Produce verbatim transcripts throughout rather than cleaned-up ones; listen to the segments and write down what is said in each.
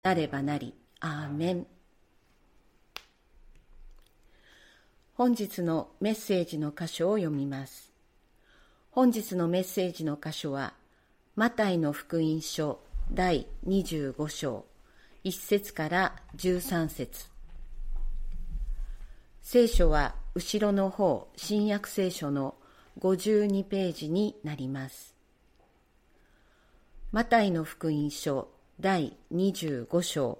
なればなり。アーメン。本日のメッセージの箇所を読みます。本日のメッセージの箇所は、マタイの福音書だいにじゅうご章、いち節からじゅうさん節。聖書は後ろの方、新約聖書のごじゅうにページになります。マタイの福音書だいにじゅうご章。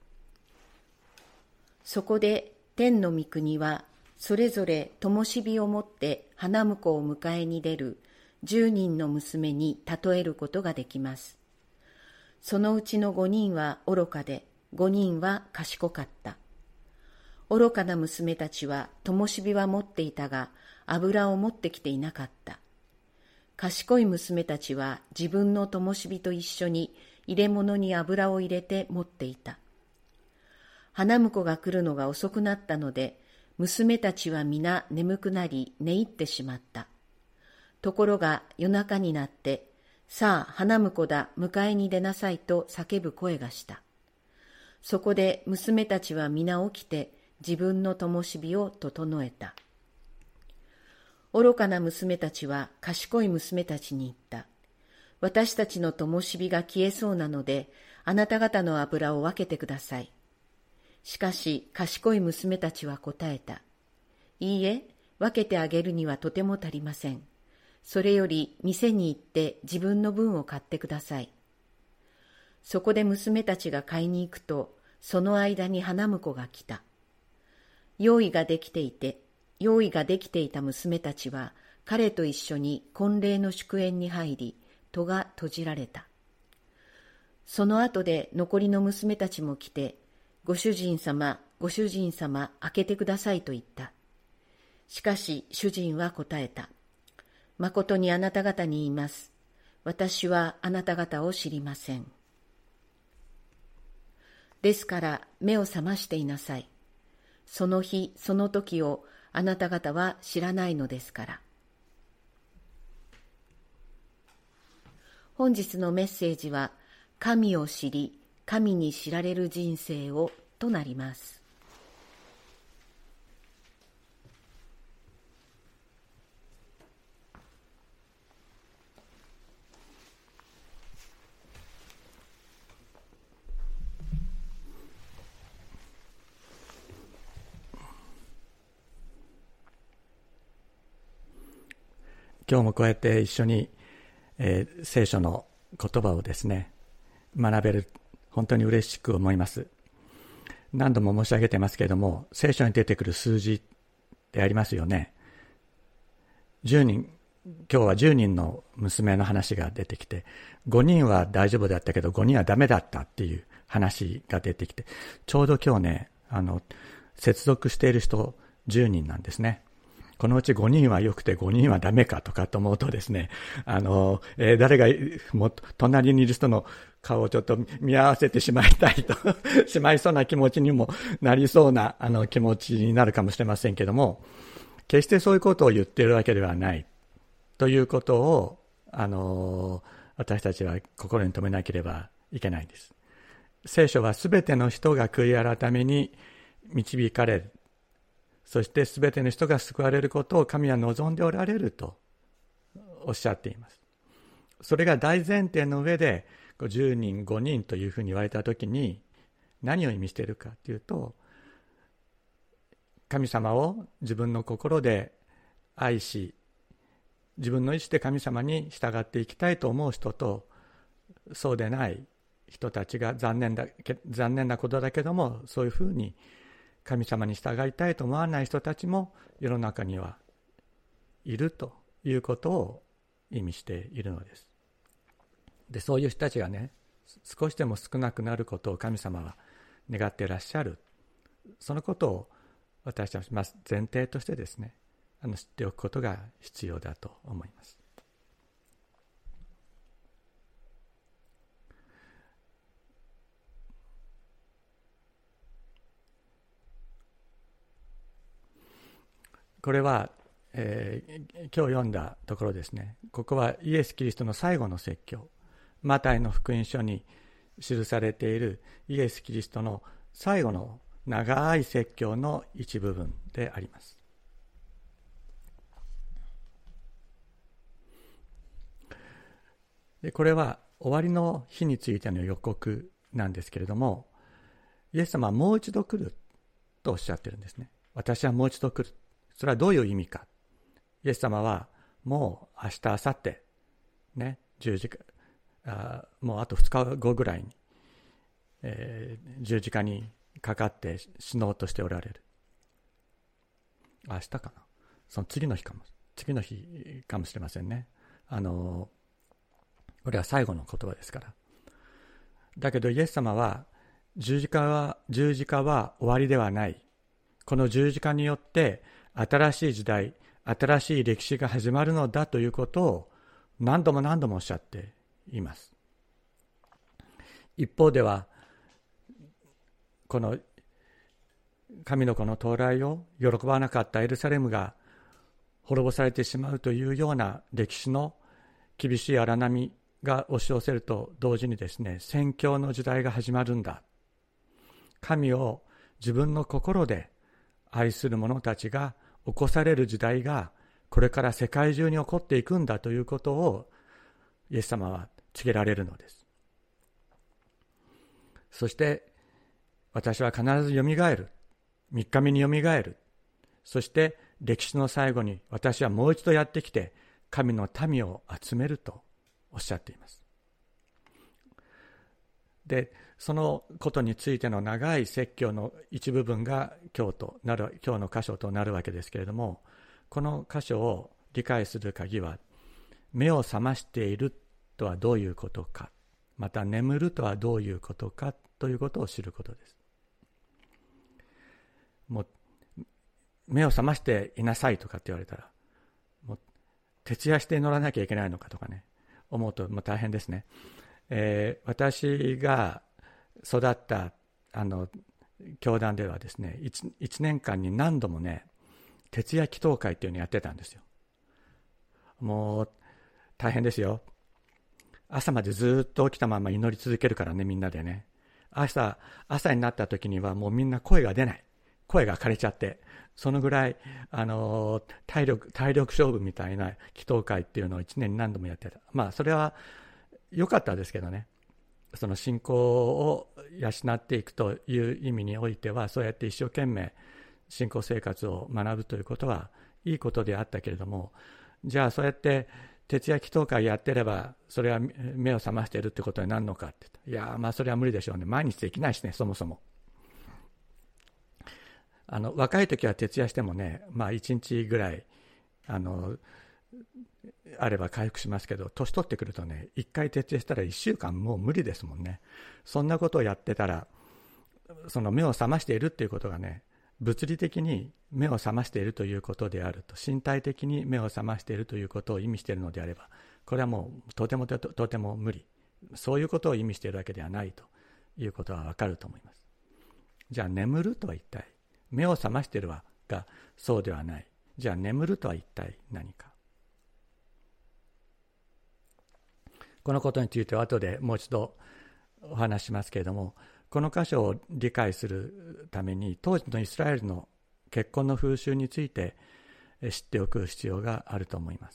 そこで天の御国はそれぞれ灯火を持って花婿を迎えに出る十人の娘に例えることができます。そのうちの五人は愚かで、五人は賢かった。愚かな娘たちは灯火は持っていたが、油を持ってきていなかった。賢い娘たちは自分の灯火と一緒に入れ物に油を入れて持っていた。花婿が来るのが遅くなったので、娘たちは皆眠くなり寝入ってしまった。ところが夜中になって、さあ花婿だ、迎えに出なさいと叫ぶ声がした。そこで娘たちは皆起きて自分の灯火を整えた。愚かな娘たちは賢い娘たちに言った。私たちの灯火が消えそうなので、あなた方の油を分けてください。しかし賢い娘たちは答えた。いいえ、分けてあげるにはとても足りません。それより店に行って自分の分を買ってください。そこで娘たちが買いに行くと、その間に花婿が来た。用意ができていて、用意ができていた娘たちは、彼と一緒に婚礼の祝宴に入り、戸が閉じられた。その後で残りの娘たちも来て、ご主人様、ご主人様、開けてくださいと言った。しかし主人は答えた。誠にあなた方に言います。私はあなた方を知りません。ですから目を覚ましていなさい。その日、その時をあなた方は知らないのですから。本日のメッセージは、神を知り、神に知られる人生をとなります。 今日もこうやって一緒に、えー、聖書の言葉をですね学べる、本当に嬉しく思います。何度も申し上げてますけれども、聖書に出てくる数字ってありますよね。じゅうにん、今日はじゅうにんの娘の話が出てきて、ごにんは大丈夫だったけどごにんはダメだったっていう話が出てきて、ちょうど今日ね、あの接続している人じゅうにんなんですね。このうちごにんは良くてごにんはダメかとかと思うとですね、あの、えー、誰がもう隣にいる人の顔をちょっと見合わせてしまいたいとしまいそうな気持ちにもなりそうなあの気持ちになるかもしれませんけども、決してそういうことを言っているわけではないということをあの私たちは心に留めなければいけないんです。聖書はすべての人が悔い改めに導かれる、そしてすべての人が救われることを神は望んでおられるとおっしゃっています。それが大前提の上でじゅうにんごにんというふうに言われたときに何を意味しているかというと、神様を自分の心で愛し、自分の意志で神様に従っていきたいと思う人と、そうでない人たちが残念だ残念なことだけども、そういうふうに神様に従いたいと思わない人たちも世の中にはいるということを意味しているのです。で、そういう人たちがね、少しでも少なくなることを神様は願っていらっしゃる。そのことを私たちは前提としてですね、あの知っておくことが必要だと思います。これは、えー、今日読んだところですね。ここはイエス・キリストの最後の説教。マタイの福音書に記されているイエス・キリストの最後の長い説教の一部分であります。でこれは終わりの日についての予告なんですけれども、イエス様はもう一度来るとおっしゃってるんですね。私はもう一度来る。それはどういう意味か。イエス様はもう明日、明後日、ね、十字架、あもうあとふつかごぐらいに、えー、十字架にかかって死のうとしておられる。明日かな。その次の日かも、次の日かもしれませんね。あの、これは最後の言葉ですから。だけどイエス様は、十字架は、十字架は終わりではない。この十字架によって新しい時代、新しい歴史が始まるのだということを何度も何度もおっしゃっています。一方では、この神の子の到来を喜ばなかったエルサレムが滅ぼされてしまうというような歴史の厳しい荒波が押し寄せると同時にですね、宣教の時代が始まるんだ。神を自分の心で愛する者たちが起こされる時代がこれから世界中に起こっていくんだということをイエス様は告げられるのです。そして私は必ずよみがえる。三日目によみがえる。そして歴史の最後に私はもう一度やってきて神の民を集めるとおっしゃっています。で、そのことについての長い説教の一部分が今日となる、今日の箇所となるわけですけれども、この箇所を理解する鍵は、目を覚ましているとはどういうことか、また眠るとはどういうことかということを知ることです。もう目を覚ましていなさいとかって言われたら、もう徹夜して祈らなきゃいけないのかとかね、思うともう大変ですね。えー、私が育ったあの教団ではですね、1, 1年間に何度もね、徹夜祈祷会っていうのをやってたんですよ。もう大変ですよ。朝までずっと起きたまま祈り続けるからね、みんなでね。朝朝になった時にはもうみんな声が出ない、声が枯れちゃって、そのぐらいあの体力体力勝負みたいな祈祷会っていうのをいちねんに何度もやってた。まあそれは良かったですけどね、その信仰を養っていくという意味においては、そうやって一生懸命信仰生活を学ぶということはいいことであったけれども、じゃあそうやって徹夜祈祷会やってればそれは目を覚ましているってことになるのかって、いやまあそれは無理でしょうね。毎日できないしね、そもそも。あの若い時は徹夜してもね、まあいちにちぐらいあのあれば回復しますけど、年取ってくるとね、いっかい徹夜したらいっしゅうかんもう無理ですもんね。そんなことをやってたら、その目を覚ましているっていうことがね、物理的に目を覚ましているということであると、身体的に目を覚ましているということを意味しているのであれば、これはもうとてもととても無理、そういうことを意味しているわけではないということはわかると思います。じゃあ眠るとは一体、目を覚ましているはがそうではない。じゃあ眠るとは一体何か。このことについては後でもう一度お話しますけれども、この箇所を理解するために当時のイスラエルの結婚の風習について知っておく必要があると思います。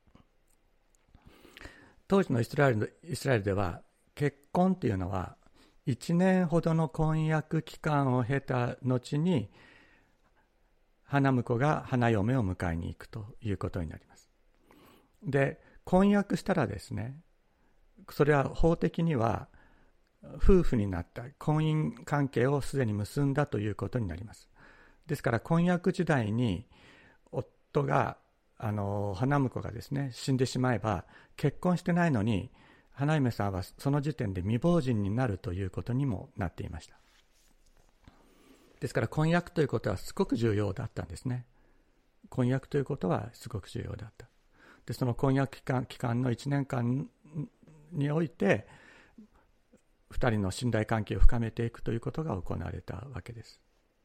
当時のイスラエル、イスラエルでは結婚というのはいちねんほどの婚約期間を経た後に花婿が花嫁を迎えに行くということになります。で、婚約したらですね、それは法的には夫婦になった、婚姻関係をすでに結んだということになります。ですから婚約時代に夫があの花婿がですね死んでしまえば、結婚してないのに花嫁さんはその時点で未亡人になるということにもなっていました。ですから婚約ということはすごく重要だったんですね。婚約ということはすごく重要だった。で、その婚約期間、期間のいちねんかんにおいてふたりの信頼関係を深めていくということが行われたわけです。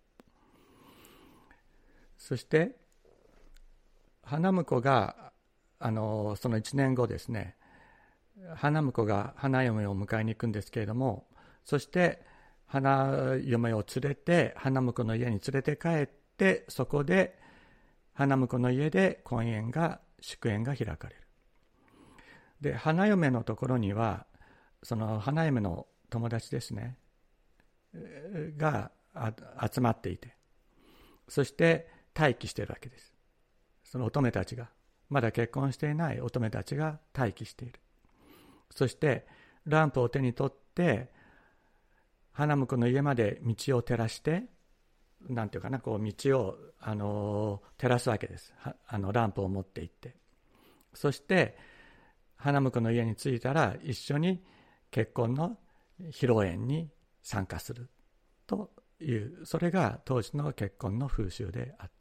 そして花婿があのそのいちねんごですね、 花婿が花嫁を迎えに行くんですけれども、そして花嫁を連れて花婿の家に連れて帰って、そこで花婿の家で婚宴が祝宴が開かれる。で、花嫁のところにはその花嫁の友達ですねが集まっていて、そして待機しているわけです。その乙女たちが、まだ結婚していない乙女たちが待機している。そしてランプを手に取って花婿の家まで道を照らして、なんていうかな、こう道をあの照らすわけです。あのランプを持って行って、そして花婿の家に着いたら一緒に結婚の披露宴に参加するという、それが当時の結婚の風習であった。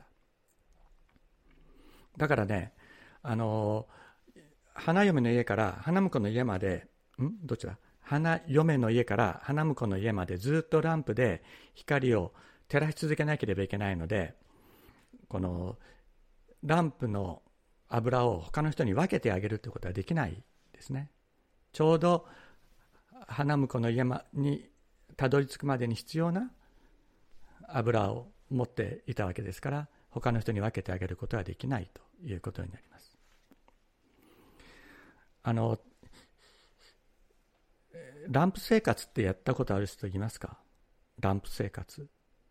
だからね、あの花嫁の家から花婿の家まで、んどちら花嫁の家から花婿の家までずっとランプで光を照らし続けなければいけないので、このランプの油を他の人に分けてあげるということはできないですね。ちょうど花婿の家にたどり着くまでに必要な油を持っていたわけですから、他の人に分けてあげることはできないということになります。あのランプ生活ってやったことある人いますか？ランプ生活。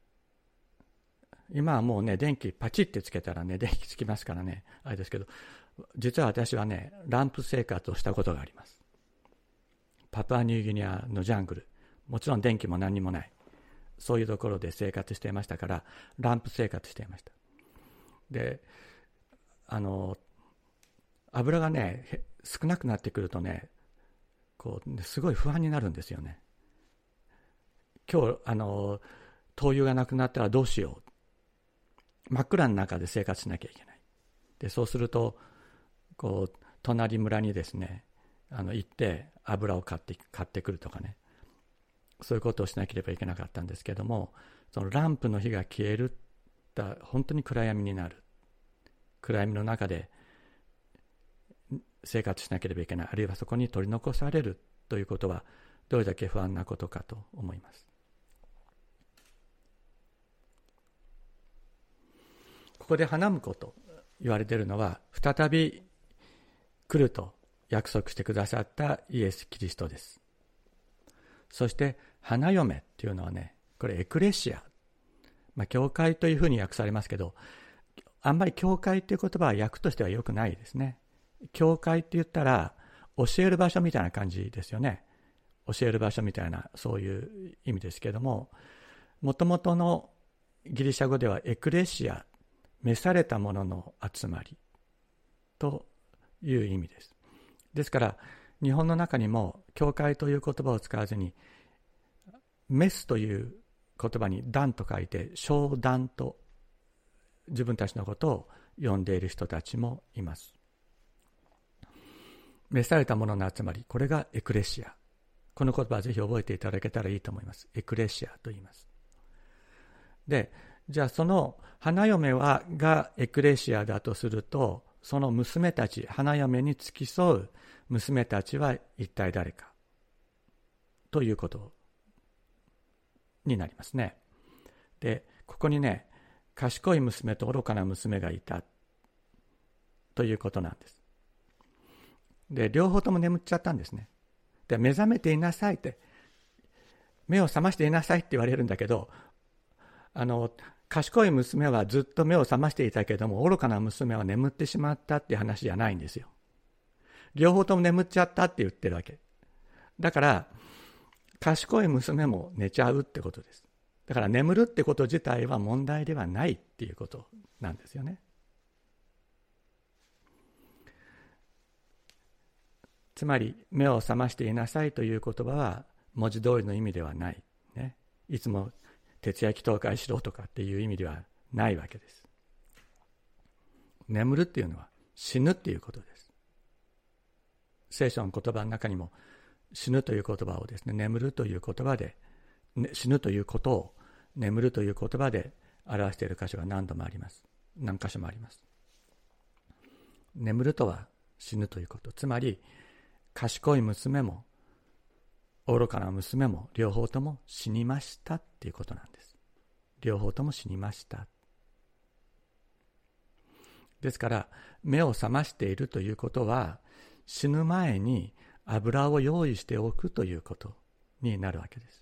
今はもうね、電気パチってつけたらね、電気つきますからね、あれですけど、実は私はね、ランプ生活をしたことがあります。パプアニューギニアのジャングル、もちろん電気も何にもない、そういうところで生活していましたから、ランプ生活していました。で、あの油がね少なくなってくるとね、こうすごい不安になるんですよね。今日あの灯油がなくなったらどうしよう、真っ暗の中で生活しなきゃいけない。でそうするとこう隣村にですね、あの行って油を買って買ってくるとかね、そういうことをしなければいけなかったんですけども、そのランプの火が消える、だ本当に暗闇になる、暗闇の中で生活しなければいけない、あるいはそこに取り残されるということはどれだけ不安なことかと思います。ここで花婿と言われているのは、再び来ると約束してくださったイエス・キリストです。そして花嫁っていうのはね、これエクレシア、まあ、教会というふうに訳されますけど、あんまり教会という言葉は訳としては良くないですね。教会って言ったら教える場所みたいな感じですよね。教える場所みたいな、そういう意味ですけども、もともとのギリシャ語ではエクレシア、召された者の集まりという意味です。ですから日本の中にも教会という言葉を使わずに、メスという言葉に団と書いて商団と自分たちのことを呼んでいる人たちもいます。召された者の集まり、これがエクレシア。この言葉はぜひ覚えていただけたらいいと思います。エクレシアと言います。で、じゃあその花嫁はがエクレシアだとすると、その娘たち、花嫁に付き添う娘たちは一体誰かということになりますね。で、ここにね、賢い娘と愚かな娘がいたということなんです。で、両方とも眠っちゃったんですね。で、目覚めていなさいって、目を覚ましていなさいって言われるんだけど、あの賢い娘はずっと目を覚ましていたけども、愚かな娘は眠ってしまったっていう話じゃないんですよ。両方とも眠っちゃったって言ってるわけだから、賢い娘も寝ちゃうってことです。だから眠るってこと自体は問題ではないっていうことなんですよね。つまり目を覚ましていなさいという言葉は文字通りの意味ではない、ね、いつも徹夜祈祷会しろとかっていう意味ではないわけです。眠るっていうのは死ぬっていうことです。聖書の言葉の中にも死ぬという言葉をですね、眠るという言葉で、ね、死ぬということを眠るという言葉で表している箇所が何度もあります。何箇所もあります。眠るとは死ぬということ、つまり賢い娘も愚かな娘も両方とも死にましたっていうことなんです。両方とも死にました。ですから目を覚ましているということは、死ぬ前に油を用意しておくということになるわけです。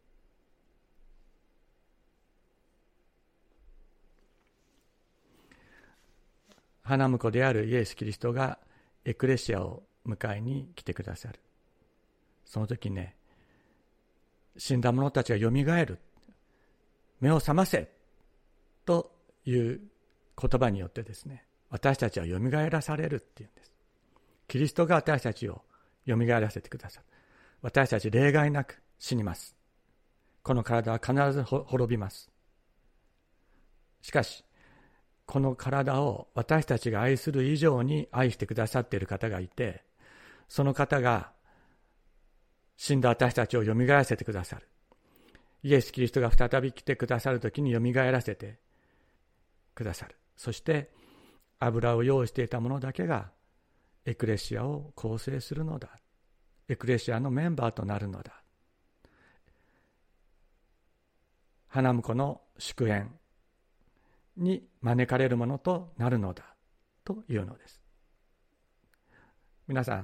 花婿であるイエス・キリストがエクレシアを迎えに来てくださる。その時ね、死んだ者たちがよみがえる、目を覚ませという言葉によってですね、私たちはよみがえらされるっていうんです。キリストが私たちをよみがえらせてくださる。私たち例外なく死にます。この体は必ず滅びます。しかしこの体を私たちが愛する以上に愛してくださっている方がいて、その方が死んだ私たちをよみがえらせてくださる。イエス・キリストが再び来てくださるときによみがえらせてくださる。そして油を用意していた者だけがエクレシアを構成するのだ。エクレシアのメンバーとなるのだ。花婿の祝宴に招かれるものとなるのだというのです。皆さん、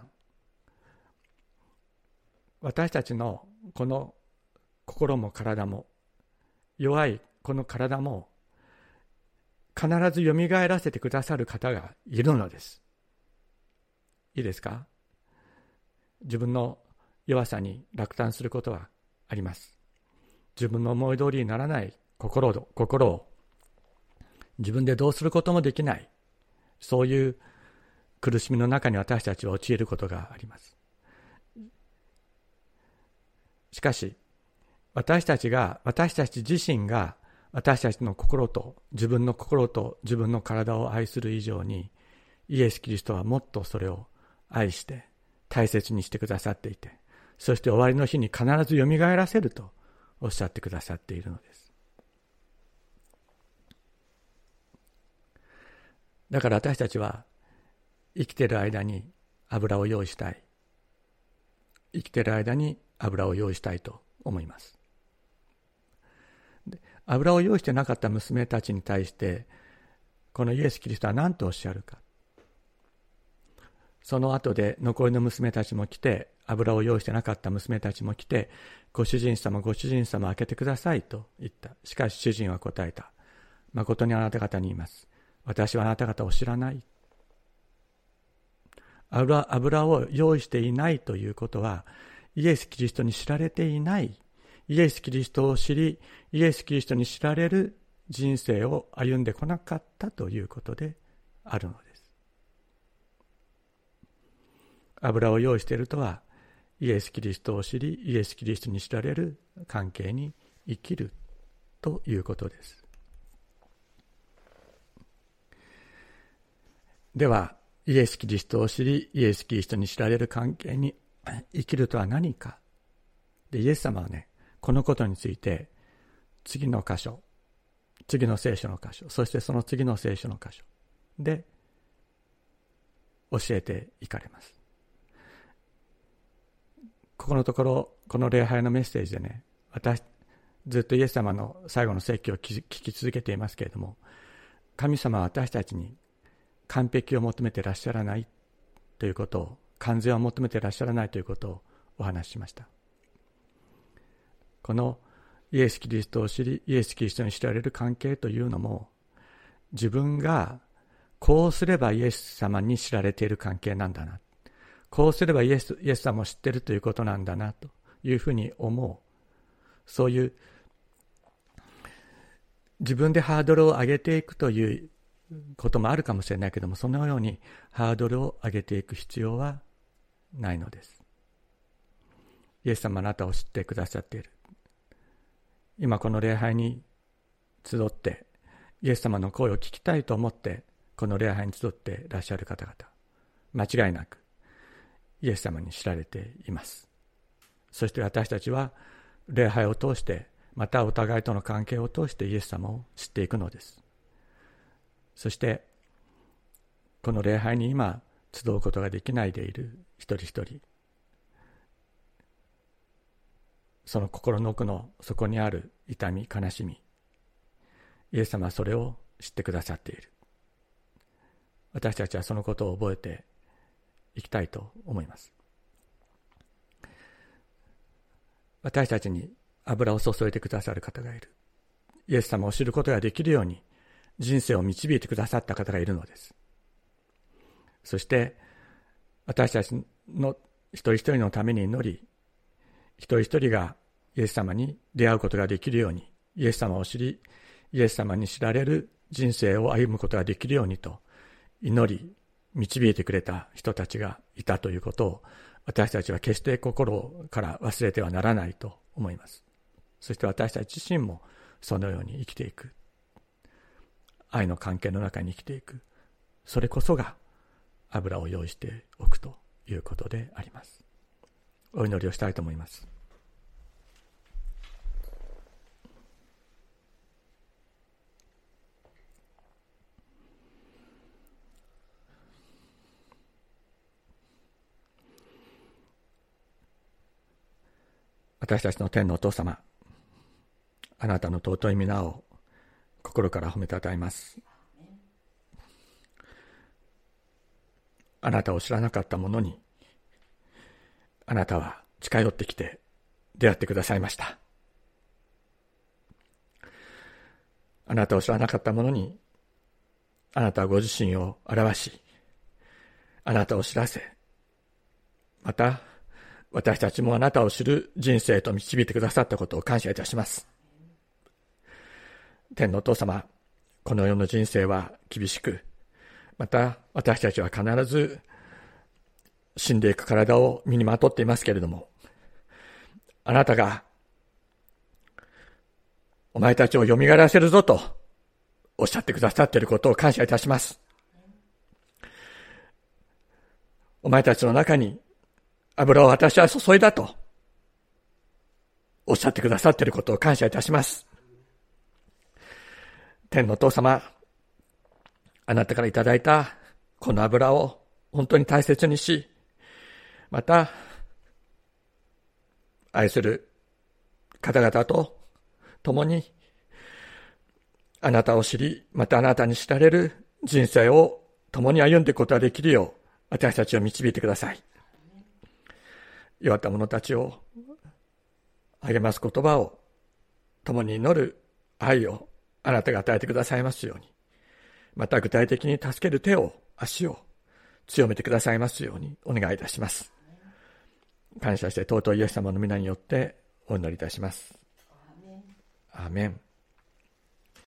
私たちのこの心も体も、弱いこの体も必ずよみがえらせてくださる方がいるのです。いいですか？自分の弱さに落胆することはあります。自分の思い通りにならない心を、心を自分でどうすることもできない、そういう苦しみの中に私たちは陥ることがあります。しかし私たちが私たち自身が私たちの心と自分の心と自分の体を愛する以上に、イエス・キリストはもっとそれを愛して大切にしてくださっていて、そして終わりの日に必ずよみがえらせるとおっしゃってくださっているのです。だから私たちは生きている間に油を用意したい。生きている間に油を用意したいと思います。で、油を用意してなかった娘たちに対してこのイエス・キリストは何とおっしゃるか。その後で残りの娘たちも来て、油を用意してなかった娘たちも来て、ご主人様ご主人様開けてくださいと言った。しかし主人は答えた。誠にあなた方に言います。私はあなた方を知らない。油、油を用意していないということは、イエス・キリストに知られていない、イエス・キリストを知り、イエス・キリストに知られる人生を歩んでこなかったということであるのです。油を用意しているとは、イエス・キリストを知り、イエス・キリストに知られる関係に生きるということです。では、イエス・キリストを知り、イエス・キリストに知られる関係に生きるとは何か。で、イエス様はね、このことについて、次の箇所、次の聖書の箇所、そしてその次の聖書の箇所で教えていかれます。ここのところ、この礼拝のメッセージでね、私、ずっとイエス様の最後の説教を聞き続けていますけれども、神様は私たちに完璧を求めていらっしゃらないということを、完全を求めていらっしゃらないということをお話ししました。このイエス・キリストを知り、イエス・キリストに知られる関係というのも、自分がこうすればイエス様に知られている関係なんだな、こうすればイエス、イエス様を知っているということなんだなというふうに思う、そういう自分でハードルを上げていくということもあるかもしれないけども、そのようにハードルを上げていく必要はないのです。イエス様あなたを知ってくださっている。今この礼拝に集って、イエス様の声を聞きたいと思ってこの礼拝に集っていらっしゃる方々、間違いなくイエス様に知られています。そして私たちは礼拝を通して、またお互いとの関係を通してイエス様を知っていくのです。そしてこの礼拝に今集うことができないでいる一人一人、その心の奥の底にある痛み、悲しみ、イエス様はそれを知ってくださっている。私たちはそのことを覚えていきたいと思います。私たちに油を注いでくださる方がいる。イエス様を知ることができるように人生を導いてくださった方がいるのです。そして私たちの一人一人のために祈り、一人一人がイエス様に出会うことができるように、イエス様を知り、イエス様に知られる人生を歩むことができるようにと祈り、導いてくれた人たちがいたということを、私たちは決して心から忘れてはならないと思います。そして私たち自身もそのように生きていく、愛の関係の中に生きていく、それこそが油を用意しておくということであります。お祈りをしたいと思います。私たちの天のお父様、あなたの尊い皆を心から褒めたたえます。あなたを知らなかった者に、あなたは近寄ってきて出会ってくださいました。あなたを知らなかった者に、あなたはご自身を表し、あなたを知らせ、また私たちもあなたを知る人生と導いてくださったことを感謝いたします。天のお父様、この世の人生は厳しく、また私たちは必ず死んでいく体を身にまとっていますけれども、あなたがお前たちをよみがえらせるぞとおっしゃってくださっていることを感謝いたします。お前たちの中に油を私は注いだとおっしゃってくださっていることを感謝いたします。天のお父様、あなたからいただいたこの油を本当に大切にし、また愛する方々と共にあなたを知り、またあなたに知られる人生を共に歩んでいくことができるよう私たちを導いてください。弱った者たちを励ます言葉を、共に祈る愛をあなたが与えてくださいますように、また具体的に助ける手を、足を強めてくださいますようにお願いいたします。感謝して尊いイエス様の皆によってお祈りいたします。アーメン。